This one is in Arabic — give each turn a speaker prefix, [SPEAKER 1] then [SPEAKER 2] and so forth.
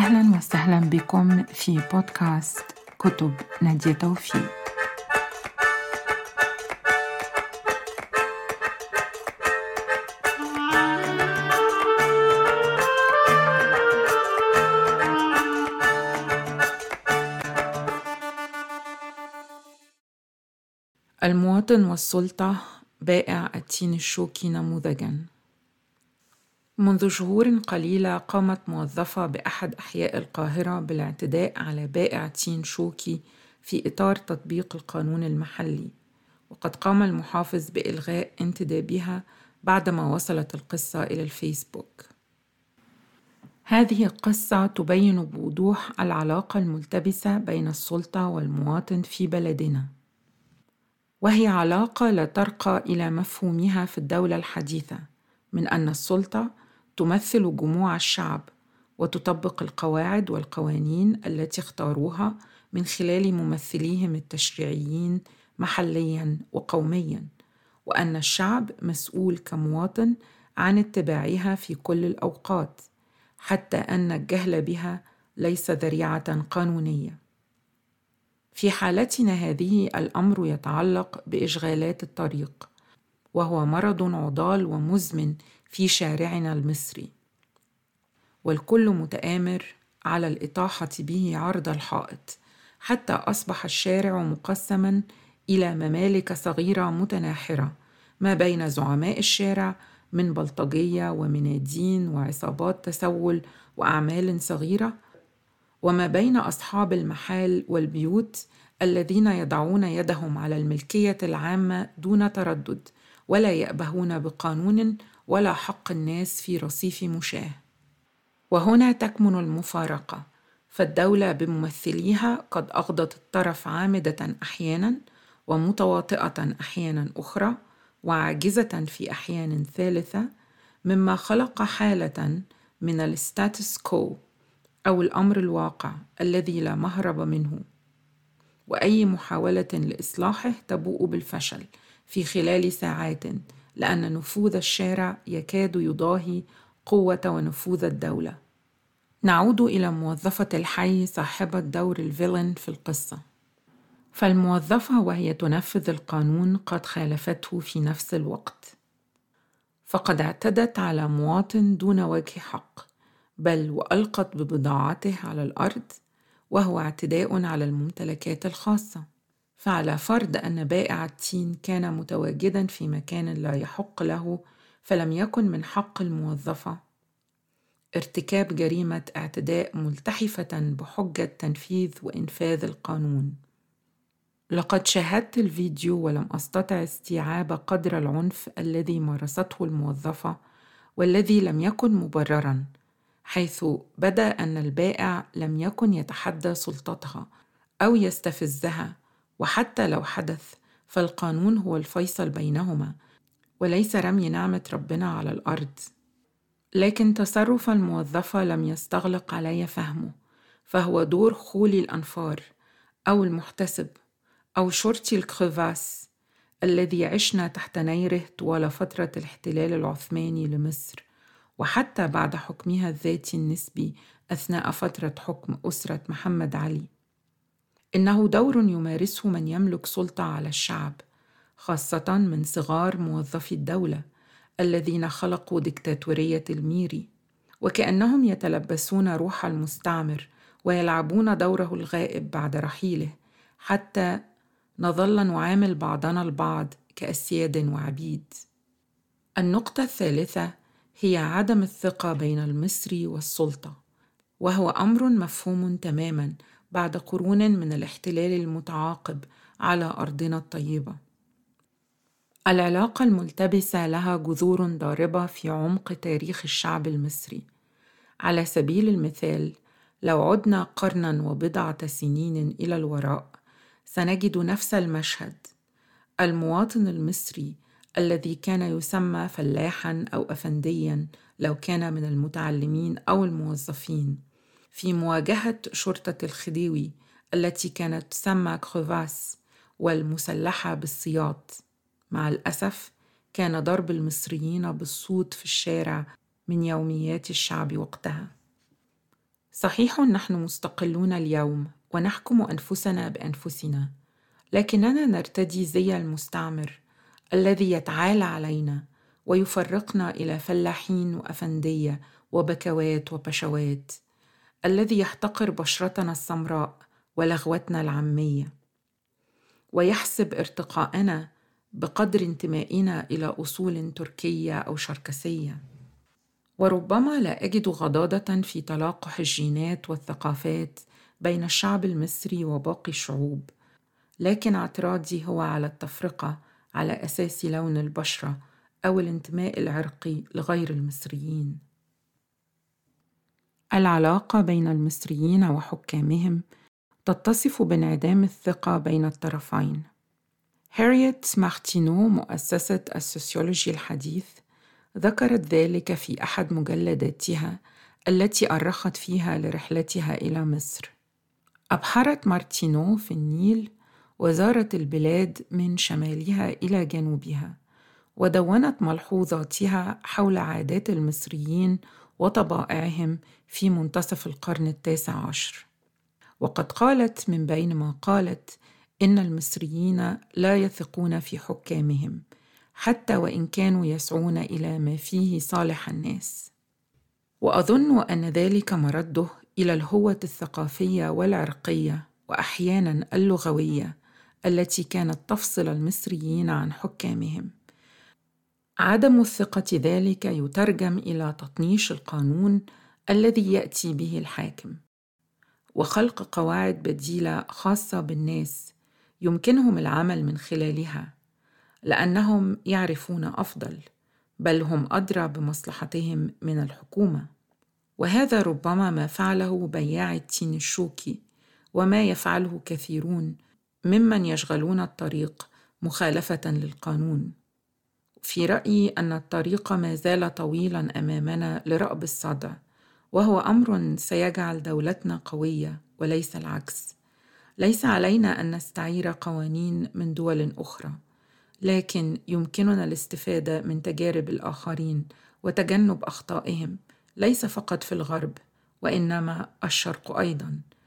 [SPEAKER 1] أهلا وسهلا بكم في بودكاست كتب نادية توفيق. المواطن والسلطة، بائع التين الشوكي نموذجاً. منذ شهور قليلة قامت موظفة بأحد أحياء القاهرة بالاعتداء على بائع تين شوكي في إطار تطبيق القانون المحلي، وقد قام المحافظ بإلغاء انتدابها بعدما وصلت القصة إلى الفيسبوك. هذه القصة تبين بوضوح العلاقة الملتبسة بين السلطة والمواطن في بلدنا، وهي علاقة لا ترقى إلى مفهومها في الدولة الحديثة، من أن السلطة تمثل جموع الشعب وتطبق القواعد والقوانين التي اختاروها من خلال ممثليهم التشريعيين محلياً وقومياً، وأن الشعب مسؤول كمواطن عن اتباعها في كل الأوقات، حتى أن الجهل بها ليس ذريعة قانونية. في حالتنا هذه الأمر يتعلق بإشغالات الطريق، وهو مرض عضال ومزمن في شارعنا المصري، والكل متآمر على الإطاحة به عرض الحائط، حتى أصبح الشارع مقسما إلى ممالك صغيرة متناحرة ما بين زعماء الشارع من بلطجية ومنادين وعصابات تسول وأعمال صغيرة، وما بين أصحاب المحال والبيوت الذين يضعون يدهم على الملكية العامة دون تردد، ولا يأبهون بقانون ولا حق الناس في رصيف مشاه. وهنا تكمن المفارقة، فالدولة بممثليها قد أغضت الطرف عامدة أحياناً، ومتواطئة أحياناً أخرى، وعاجزة في أحيان ثالثة، مما خلق حالة من الستاتس كو أو الأمر الواقع الذي لا مهرب منه، وأي محاولة لإصلاحه تبوء بالفشل في خلال ساعات، لأن نفوذ الشارع يكاد يضاهي قوة ونفوذ الدولة. نعود إلى موظفة الحي صاحبة دور الفيلن في القصة. فالموظفة وهي تنفذ القانون قد خالفته في نفس الوقت، فقد اعتدت على مواطن دون وجه حق، بل وألقت ببضاعته على الأرض، وهو اعتداء على الممتلكات الخاصة. فعلى فرض أن بائع التين كان متواجداً في مكان لا يحق له، فلم يكن من حق الموظفة ارتكاب جريمة اعتداء ملتحفة بحجة تنفيذ وإنفاذ القانون. لقد شاهدت الفيديو ولم أستطع استيعاب قدر العنف الذي مارسته الموظفة، والذي لم يكن مبرراً، حيث بدا أن البائع لم يكن يتحدى سلطتها أو يستفزها، وحتى لو حدث فالقانون هو الفيصل بينهما، وليس رمي نعمة ربنا على الأرض. لكن تصرف الموظفة لم يستغلق علي فهمه، فهو دور خولي الأنفار أو المحتسب أو شرطي الكريفاس الذي عشنا تحت نيره طوال فترة الاحتلال العثماني لمصر، وحتى بعد حكمها الذاتي النسبي أثناء فترة حكم أسرة محمد علي. إنه دور يمارسه من يملك سلطة على الشعب، خاصة من صغار موظفي الدولة الذين خلقوا ديكتاتورية الميري، وكأنهم يتلبسون روح المستعمر ويلعبون دوره الغائب بعد رحيله، حتى نظل نعامل بعضنا البعض كأسياد وعبيد. النقطة الثالثة هي عدم الثقة بين المصري والسلطة، وهو أمر مفهوم تماماً بعد قرون من الاحتلال المتعاقب على أرضنا الطيبة. العلاقة الملتبسة لها جذور ضاربة في عمق تاريخ الشعب المصري. على سبيل المثال، لو عدنا قرناً وبضعة سنين إلى الوراء، سنجد نفس المشهد. المواطن المصري الذي كان يسمى فلاحاً أو أفندياً لو كان من المتعلمين أو الموظفين، في مواجهة شرطة الخديوي التي كانت تسمى كريفاس والمسلحة بالسياط، مع الأسف كان ضرب المصريين بالصوت في الشارع من يوميات الشعب وقتها. صحيح نحن مستقلون اليوم ونحكم أنفسنا بأنفسنا، لكننا نرتدي زي المستعمر الذي يتعالى علينا ويفرقنا إلى فلاحين وأفندية وبكوات وبشوات، الذي يحتقر بشرتنا السمراء ولغوتنا العامية، ويحسب ارتقاءنا بقدر انتمائنا إلى أصول تركية أو شركسية. وربما لا أجد غضاضة في تلاقح الجينات والثقافات بين الشعب المصري وباقي الشعوب، لكن اعتراضي هو على التفرقة على أساس لون البشرة أو الانتماء العرقي لغير المصريين. العلاقة بين المصريين وحكامهم تتصف بانعدام الثقة بين الطرفين. هارييت مارتينو مؤسسة السوسيولوجي الحديث ذكرت ذلك في أحد مجلداتها التي أرخت فيها لرحلتها إلى مصر. أبحرت مارتينو في النيل وزارت البلاد من شمالها إلى جنوبها، ودونت ملحوظاتها حول عادات المصريين وطبائعهم في منتصف القرن 19. وقد قالت من بين ما قالت إن المصريين لا يثقون في حكامهم حتى وإن كانوا يسعون إلى ما فيه صالح الناس. وأظن أن ذلك مرده إلى الهوة الثقافية والعرقية وأحياناً اللغوية التي كانت تفصل المصريين عن حكامهم. عدم الثقة ذلك يترجم إلى تطنيش القانون الذي يأتي به الحاكم، وخلق قواعد بديلة خاصة بالناس يمكنهم العمل من خلالها، لأنهم يعرفون أفضل، بل هم أدرى بمصلحتهم من الحكومة. وهذا ربما ما فعله بياع التين الشوكي، وما يفعله كثيرون ممن يشغلون الطريق مخالفة للقانون. في رأيي أن الطريق ما زال طويلاً أمامنا لرأب الصدع، وهو أمر سيجعل دولتنا قوية وليس العكس. ليس علينا أن نستعير قوانين من دول أخرى، لكن يمكننا الاستفادة من تجارب الآخرين وتجنب أخطائهم، ليس فقط في الغرب وإنما الشرق أيضاً،